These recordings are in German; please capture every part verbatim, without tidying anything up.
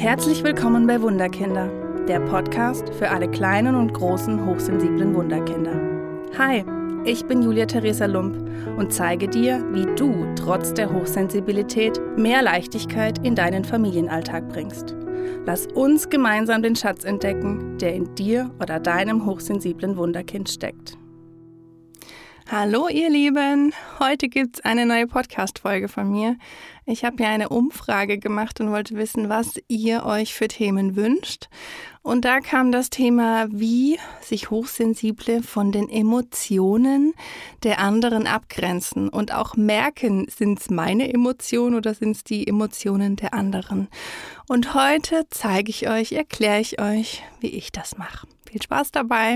Herzlich willkommen bei Wunderkinder, der Podcast für alle kleinen und großen hochsensiblen Wunderkinder. Hi, ich bin Julia Theresa Lump und zeige dir, wie du trotz der Hochsensibilität mehr Leichtigkeit in deinen Familienalltag bringst. Lass uns gemeinsam den Schatz entdecken, der in dir oder deinem hochsensiblen Wunderkind steckt. Hallo ihr Lieben, heute gibt es eine neue Podcast-Folge von mir. Ich habe ja eine Umfrage gemacht und wollte wissen, was ihr euch für Themen wünscht. Und da kam das Thema, wie sich Hochsensible von den Emotionen der anderen abgrenzen und auch merken, sind es meine Emotionen oder sind es die Emotionen der anderen. Und heute zeige ich euch, erkläre ich euch, wie ich das mache. Viel Spaß dabei!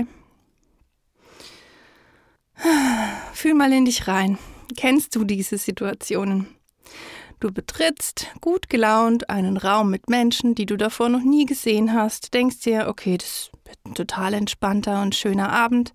Fühl mal in dich rein. Kennst du diese Situationen? Du betrittst gut gelaunt einen Raum mit Menschen, die du davor noch nie gesehen hast. Denkst dir, okay, das wird ein total entspannter und schöner Abend.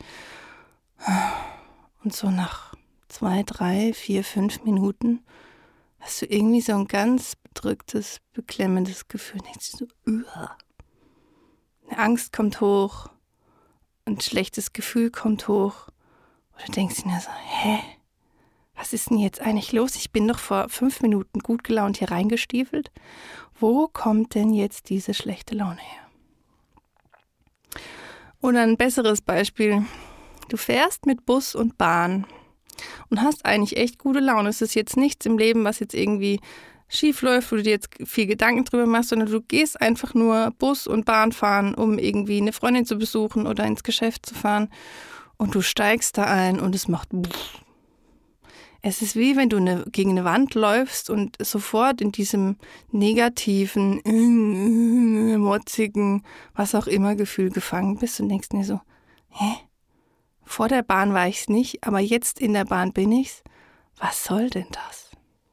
Und so nach zwei, drei, vier, fünf Minuten hast du irgendwie so ein ganz bedrücktes, beklemmendes Gefühl. Denkst du so, Uah. Eine Angst kommt hoch, ein schlechtes Gefühl kommt hoch. Oder denkst du dir so, hä, was ist denn jetzt eigentlich los? Ich bin doch vor fünf Minuten gut gelaunt hier reingestiefelt. Wo kommt denn jetzt diese schlechte Laune her? Oder ein besseres Beispiel. Du fährst mit Bus und Bahn und hast eigentlich echt gute Laune. Es ist jetzt nichts im Leben, was jetzt irgendwie schief läuft, wo du dir jetzt viel Gedanken drüber machst, sondern du gehst einfach nur Bus und Bahn fahren, um irgendwie eine Freundin zu besuchen oder ins Geschäft zu fahren. Und du steigst da ein und es macht pff. Es ist wie wenn du eine, gegen eine Wand läufst und sofort in diesem negativen, äh, motzigen, was auch immer Gefühl gefangen bist und denkst dir so, hä? Vor der Bahn war ich's nicht, aber jetzt in der Bahn bin ich's. Was soll denn das?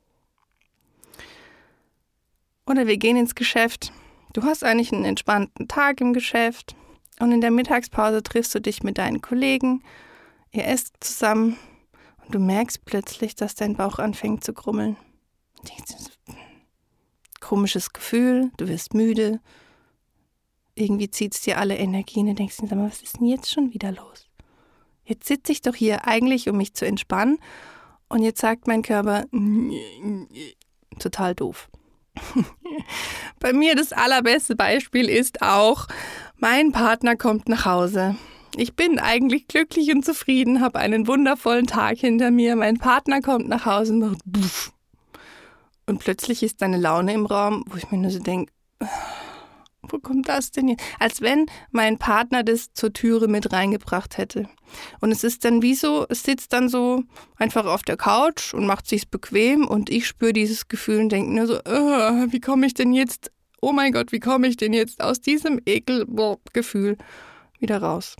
Oder wir gehen ins Geschäft. Du hast eigentlich einen entspannten Tag im Geschäft. Und in der Mittagspause triffst du dich mit deinen Kollegen, ihr esst zusammen und du merkst plötzlich, dass dein Bauch anfängt zu grummeln. Komisches Gefühl, du wirst müde, irgendwie zieht es dir alle Energien und denkst dir, sag mal, was ist denn jetzt schon wieder los? Jetzt sitze ich doch hier eigentlich, um mich zu entspannen und jetzt sagt mein Körper, total doof. Bei mir das allerbeste Beispiel ist auch, mein Partner kommt nach Hause. Ich bin eigentlich glücklich und zufrieden, habe einen wundervollen Tag hinter mir. Mein Partner kommt nach Hause und macht Buff. Und plötzlich ist eine Laune im Raum, wo ich mir nur so denke, wo kommt das denn hier? Als wenn mein Partner das zur Türe mit reingebracht hätte. Und es ist dann wie so, es sitzt dann so einfach auf der Couch und macht sich's bequem und ich spüre dieses Gefühl und denke nur so, uh, wie komme ich denn jetzt, oh mein Gott, wie komme ich denn jetzt aus diesem Ekelgefühl wieder raus?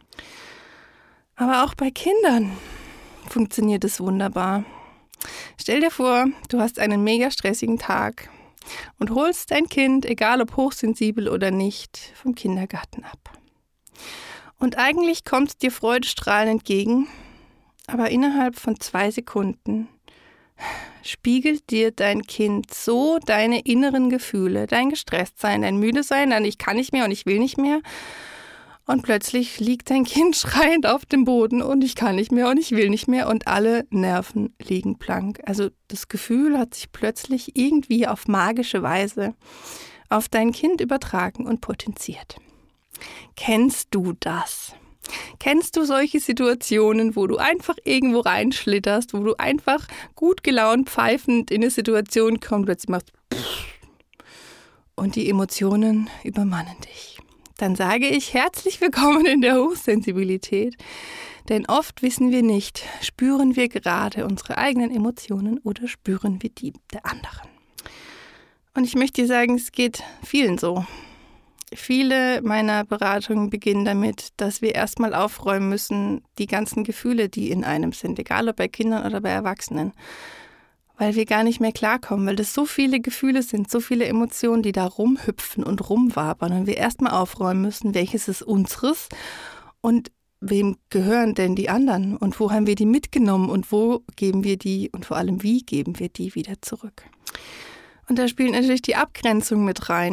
Aber auch bei Kindern funktioniert es wunderbar. Stell dir vor, du hast einen mega stressigen Tag und holst dein Kind, egal ob hochsensibel oder nicht, vom Kindergarten ab. Und eigentlich kommt es dir freudestrahlend entgegen, aber innerhalb von zwei Sekunden spiegelt dir dein Kind so deine inneren Gefühle, dein Gestresstsein, dein Müdesein, dein Ich kann nicht mehr und ich will nicht mehr. Und plötzlich liegt dein Kind schreiend auf dem Boden und ich kann nicht mehr und ich will nicht mehr und alle Nerven liegen blank. Also das Gefühl hat sich plötzlich irgendwie auf magische Weise auf dein Kind übertragen und potenziert. Kennst du das? Kennst du solche Situationen, wo du einfach irgendwo reinschlitterst, wo du einfach gut gelaunt pfeifend in eine Situation kommst, plötzlich machst und die Emotionen übermannen dich? Dann sage ich herzlich willkommen in der Hochsensibilität. Denn oft wissen wir nicht, spüren wir gerade unsere eigenen Emotionen oder spüren wir die der anderen. Und ich möchte dir sagen, es geht vielen so. Viele meiner Beratungen beginnen damit, dass wir erstmal aufräumen müssen, die ganzen Gefühle, die in einem sind, egal ob bei Kindern oder bei Erwachsenen. Weil wir gar nicht mehr klarkommen, weil das so viele Gefühle sind, so viele Emotionen, die da rumhüpfen und rumwabern und wir erstmal aufräumen müssen, welches ist unseres und wem gehören denn die anderen und wo haben wir die mitgenommen und wo geben wir die und vor allem wie geben wir die wieder zurück. Und da spielt natürlich die Abgrenzung mit rein.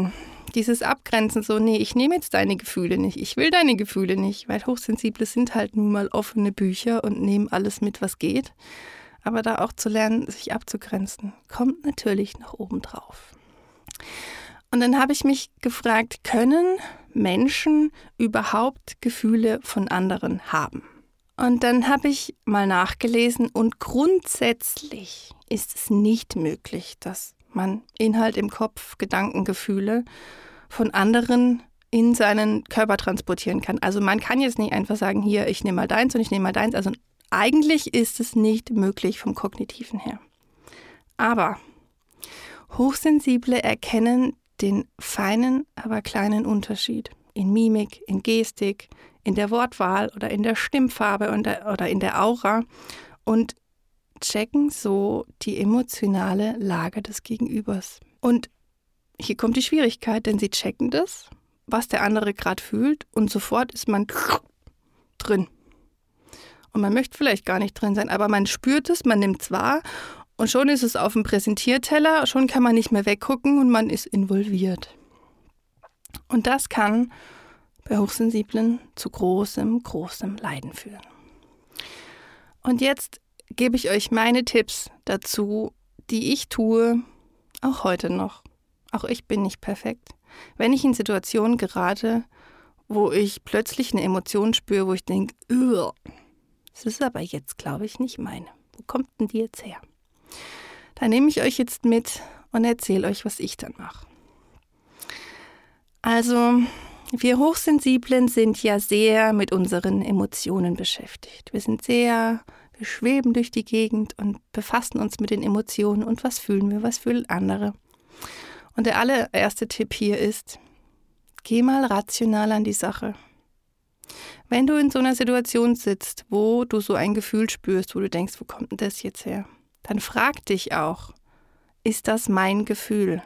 dieses Abgrenzen, so, nee, ich nehme jetzt deine Gefühle nicht, ich will deine Gefühle nicht, weil Hochsensible sind halt nun mal offene Bücher und nehmen alles mit, was geht. Aber da auch zu lernen, sich abzugrenzen, kommt natürlich noch oben drauf. Und dann habe ich mich gefragt, können Menschen überhaupt Gefühle von anderen haben? Und dann habe ich mal nachgelesen und grundsätzlich ist es nicht möglich, dass man Inhalt im Kopf, Gedanken, Gefühle von anderen in seinen Körper transportieren kann. Also man kann jetzt nicht einfach sagen, hier, ich nehme mal deins und ich nehme mal deins. Also eigentlich ist es nicht möglich vom Kognitiven her. Aber Hochsensible erkennen den feinen, aber kleinen Unterschied in Mimik, in Gestik, in der Wortwahl oder in der Stimmfarbe oder in der Aura und checken so die emotionale Lage des Gegenübers. Und hier kommt die Schwierigkeit, denn sie checken das, was der andere gerade fühlt und sofort ist man drin. Und man möchte vielleicht gar nicht drin sein, aber man spürt es, man nimmt es wahr und schon ist es auf dem Präsentierteller, schon kann man nicht mehr weggucken und man ist involviert. Und das kann bei Hochsensiblen zu großem, großem Leiden führen. Und jetzt gebe ich euch meine Tipps dazu, die ich tue, auch heute noch. Auch ich bin nicht perfekt. Wenn ich in Situationen gerate, wo ich plötzlich eine Emotion spüre, wo ich denke, das ist aber jetzt, glaube ich, nicht meine. Wo kommt denn die jetzt her? Da nehme ich euch jetzt mit und erzähle euch, was ich dann mache. Also, wir Hochsensiblen sind ja sehr mit unseren Emotionen beschäftigt. Wir sind sehr, wir schweben durch die Gegend und befassen uns mit den Emotionen und was fühlen wir, was fühlen andere. Und der allererste Tipp hier ist, geh mal rational an die Sache. Wenn du in so einer Situation sitzt, wo du so ein Gefühl spürst, wo du denkst, wo kommt denn das jetzt her? Dann frag dich auch, ist das mein Gefühl?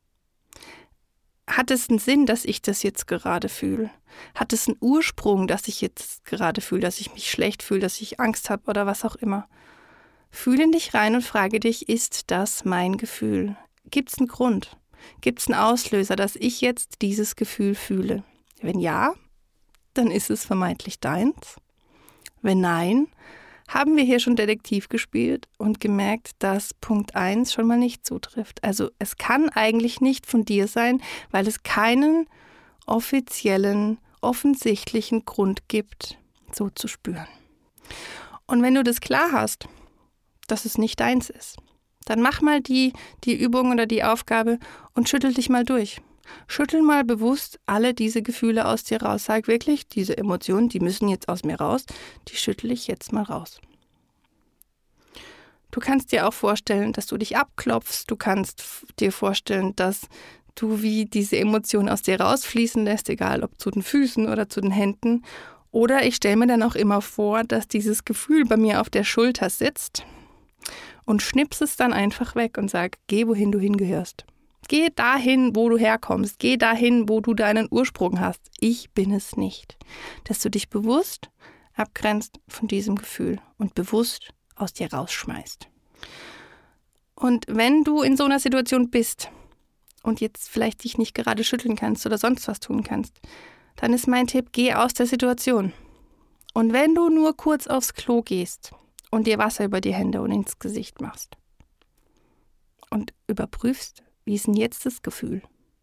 Hat es einen Sinn, dass ich das jetzt gerade fühle? Hat es einen Ursprung, dass ich jetzt gerade fühle, dass ich mich schlecht fühle, dass ich Angst habe oder was auch immer? Fühle in dich rein und frage dich, ist das mein Gefühl? Gibt es einen Grund? Gibt es einen Auslöser, dass ich jetzt dieses Gefühl fühle? Wenn ja, dann ist es vermeintlich deins. Wenn nein, haben wir hier schon Detektiv gespielt und gemerkt, dass Punkt eins schon mal nicht zutrifft. Also es kann eigentlich nicht von dir sein, weil es keinen offiziellen, offensichtlichen Grund gibt, so zu spüren. Und wenn du das klar hast, dass es nicht deins ist, dann mach mal die, die Übung oder die Aufgabe und schüttel dich mal durch. Schüttel mal bewusst alle diese Gefühle aus dir raus. Sag wirklich, diese Emotionen, die müssen jetzt aus mir raus, die schüttel ich jetzt mal raus. Du kannst dir auch vorstellen, dass du dich abklopfst. Du kannst dir vorstellen, dass du wie diese Emotionen aus dir rausfließen lässt, egal ob zu den Füßen oder zu den Händen. Oder ich stelle mir dann auch immer vor, dass dieses Gefühl bei mir auf der Schulter sitzt und schnips es dann einfach weg und sag, geh, wohin du hingehörst. Geh dahin, wo du herkommst. Geh dahin, wo du deinen Ursprung hast. Ich bin es nicht. Dass du dich bewusst abgrenzt von diesem Gefühl und bewusst aus dir rausschmeißt. Und wenn du in so einer Situation bist und jetzt vielleicht dich nicht gerade schütteln kannst oder sonst was tun kannst, dann ist mein Tipp, geh aus der Situation. Und wenn du nur kurz aufs Klo gehst und dir Wasser über die Hände und ins Gesicht machst und überprüfst, wie ist denn jetzt das Gefühl?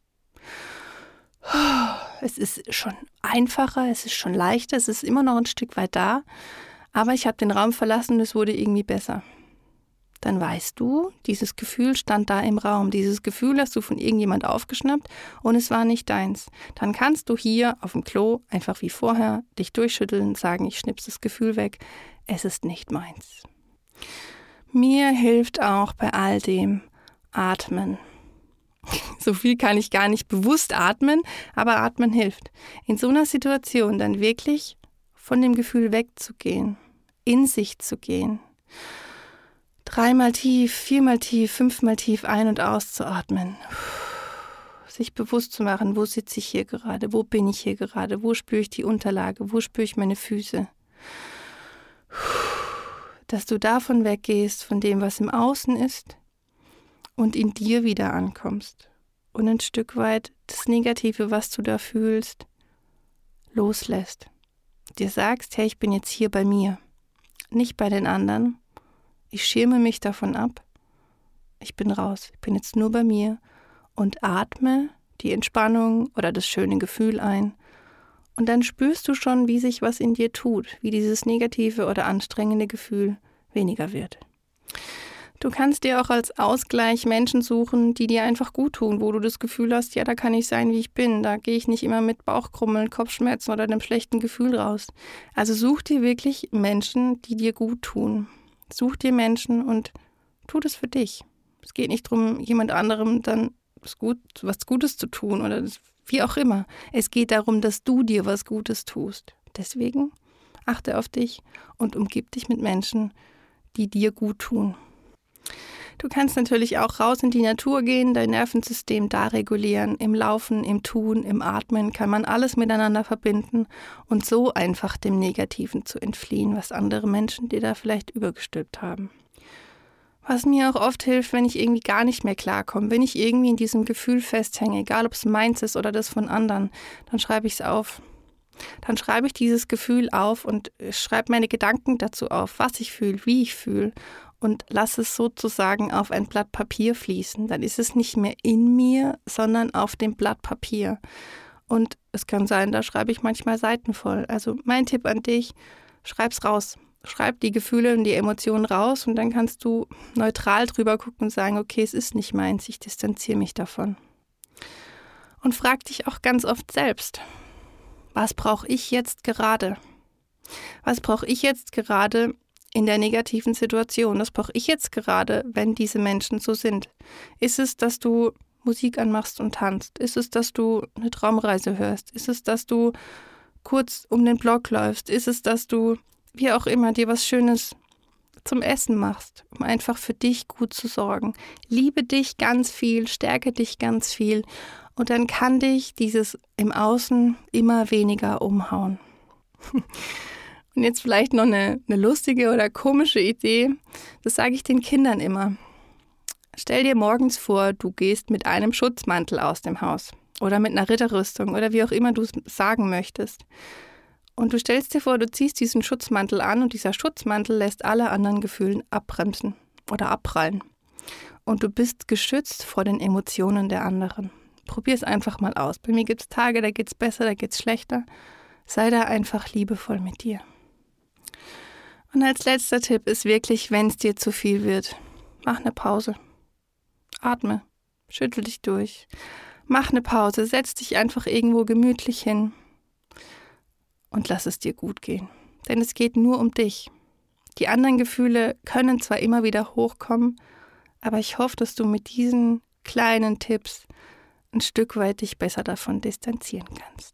Es ist schon einfacher, es ist schon leichter, es ist immer noch ein Stück weit da, aber ich habe den Raum verlassen und es wurde irgendwie besser. Dann weißt du, dieses Gefühl stand da im Raum. Dieses Gefühl hast du von irgendjemand aufgeschnappt und es war nicht deins. Dann kannst du hier auf dem Klo einfach wie vorher dich durchschütteln und sagen, ich schnips das Gefühl weg, es ist nicht meins. Mir hilft auch bei all dem Atmen. So viel kann ich gar nicht bewusst atmen, aber Atmen hilft. In so einer Situation dann wirklich von dem Gefühl wegzugehen, in sich zu gehen. Dreimal tief, viermal tief, fünfmal tief ein- und auszuatmen. Sich bewusst zu machen, wo sitze ich hier gerade, wo bin ich hier gerade, wo spüre ich die Unterlage, wo spüre ich meine Füße. Dass du davon weggehst, von dem, was im Außen ist, und in dir wieder ankommst. und ein Stück weit das Negative, was du da fühlst, loslässt. Dir sagst, hey, ich bin jetzt hier bei mir, nicht bei den anderen. Ich schirme mich davon ab. Ich bin raus. Ich bin jetzt nur bei mir und atme die Entspannung oder das schöne Gefühl ein. Und dann spürst du schon, wie sich was in dir tut, wie dieses negative oder anstrengende Gefühl weniger wird. Du kannst dir auch als Ausgleich Menschen suchen, die dir einfach gut tun, wo du das Gefühl hast, ja, da kann ich sein, wie ich bin. Da gehe ich nicht immer mit Bauchkrummeln, Kopfschmerzen oder einem schlechten Gefühl raus. Also such dir wirklich Menschen, die dir gut tun. Such dir Menschen und tu das für dich. Es geht nicht darum, jemand anderem dann was, Gut, was Gutes zu tun oder das, wie auch immer. Es geht darum, dass du dir was Gutes tust. Deswegen achte auf dich und umgib dich mit Menschen, die dir gut tun. Du kannst natürlich auch raus in die Natur gehen, dein Nervensystem da regulieren. Im Laufen, im Tun, im Atmen kann man alles miteinander verbinden und so einfach dem Negativen zu entfliehen, was andere Menschen dir da vielleicht übergestülpt haben. Was mir auch oft hilft, wenn ich irgendwie gar nicht mehr klarkomme, wenn ich irgendwie in diesem Gefühl festhänge, egal ob es meins ist oder das von anderen, dann schreibe ich es auf. Dann schreibe ich dieses Gefühl auf und schreibe meine Gedanken dazu auf, was ich fühle, wie ich fühle und lasse es sozusagen auf ein Blatt Papier fließen. Dann ist es nicht mehr in mir, sondern auf dem Blatt Papier. Und es kann sein, da schreibe ich manchmal Seiten voll. Also mein Tipp an dich, schreib's raus. Schreib die Gefühle und die Emotionen raus und dann kannst du neutral drüber gucken und sagen, okay, es ist nicht meins, ich distanziere mich davon. Und frag dich auch ganz oft selbst, was brauche ich jetzt gerade? Was brauche ich jetzt gerade in der negativen Situation? Was brauche ich jetzt gerade, wenn diese Menschen so sind? Ist es, dass du Musik anmachst und tanzt? Ist es, dass du eine Traumreise hörst? Ist es, dass du kurz um den Block läufst? Ist es, dass du wie auch immer, dir was Schönes zum Essen machst, um einfach für dich gut zu sorgen. Liebe dich ganz viel, stärke dich ganz viel und dann kann dich dieses im Außen immer weniger umhauen. Und jetzt vielleicht noch eine, eine lustige oder komische Idee, das sage ich den Kindern immer. Stell dir morgens vor, du gehst mit einem Schutzmantel aus dem Haus oder mit einer Ritterrüstung oder wie auch immer du es sagen möchtest. Und du stellst dir vor, du ziehst diesen Schutzmantel an und dieser Schutzmantel lässt alle anderen Gefühle abbremsen oder abprallen. Und du bist geschützt vor den Emotionen der anderen. Probier es einfach mal aus. Bei mir gibt es Tage, da geht es besser, da geht es schlechter. Sei da einfach liebevoll mit dir. Und als letzter Tipp ist wirklich, wenn es dir zu viel wird, mach eine Pause. Atme, schüttel dich durch. Mach eine Pause, setz dich einfach irgendwo gemütlich hin. Und lass es dir gut gehen. Denn es geht nur um dich. Die anderen Gefühle können zwar immer wieder hochkommen, aber ich hoffe, dass du mit diesen kleinen Tipps ein Stück weit dich besser davon distanzieren kannst.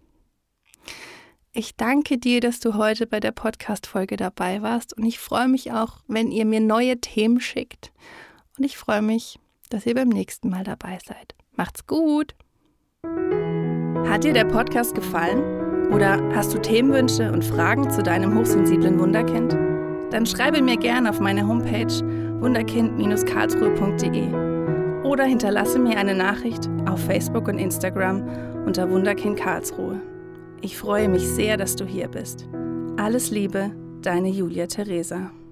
Ich danke dir, dass du heute bei der Podcast-Folge dabei warst und ich freue mich auch, wenn ihr mir neue Themen schickt. Und ich freue mich, dass ihr beim nächsten Mal dabei seid. Macht's gut! Hat dir der Podcast gefallen? Oder hast du Themenwünsche und Fragen zu deinem hochsensiblen Wunderkind? Dann schreibe mir gerne auf meine Homepage wunderkind Bindestrich karlsruhe punkt de oder hinterlasse mir eine Nachricht auf Facebook und Instagram unter Wunderkind Karlsruhe. Ich freue mich sehr, dass du hier bist. Alles Liebe, deine Julia Theresa.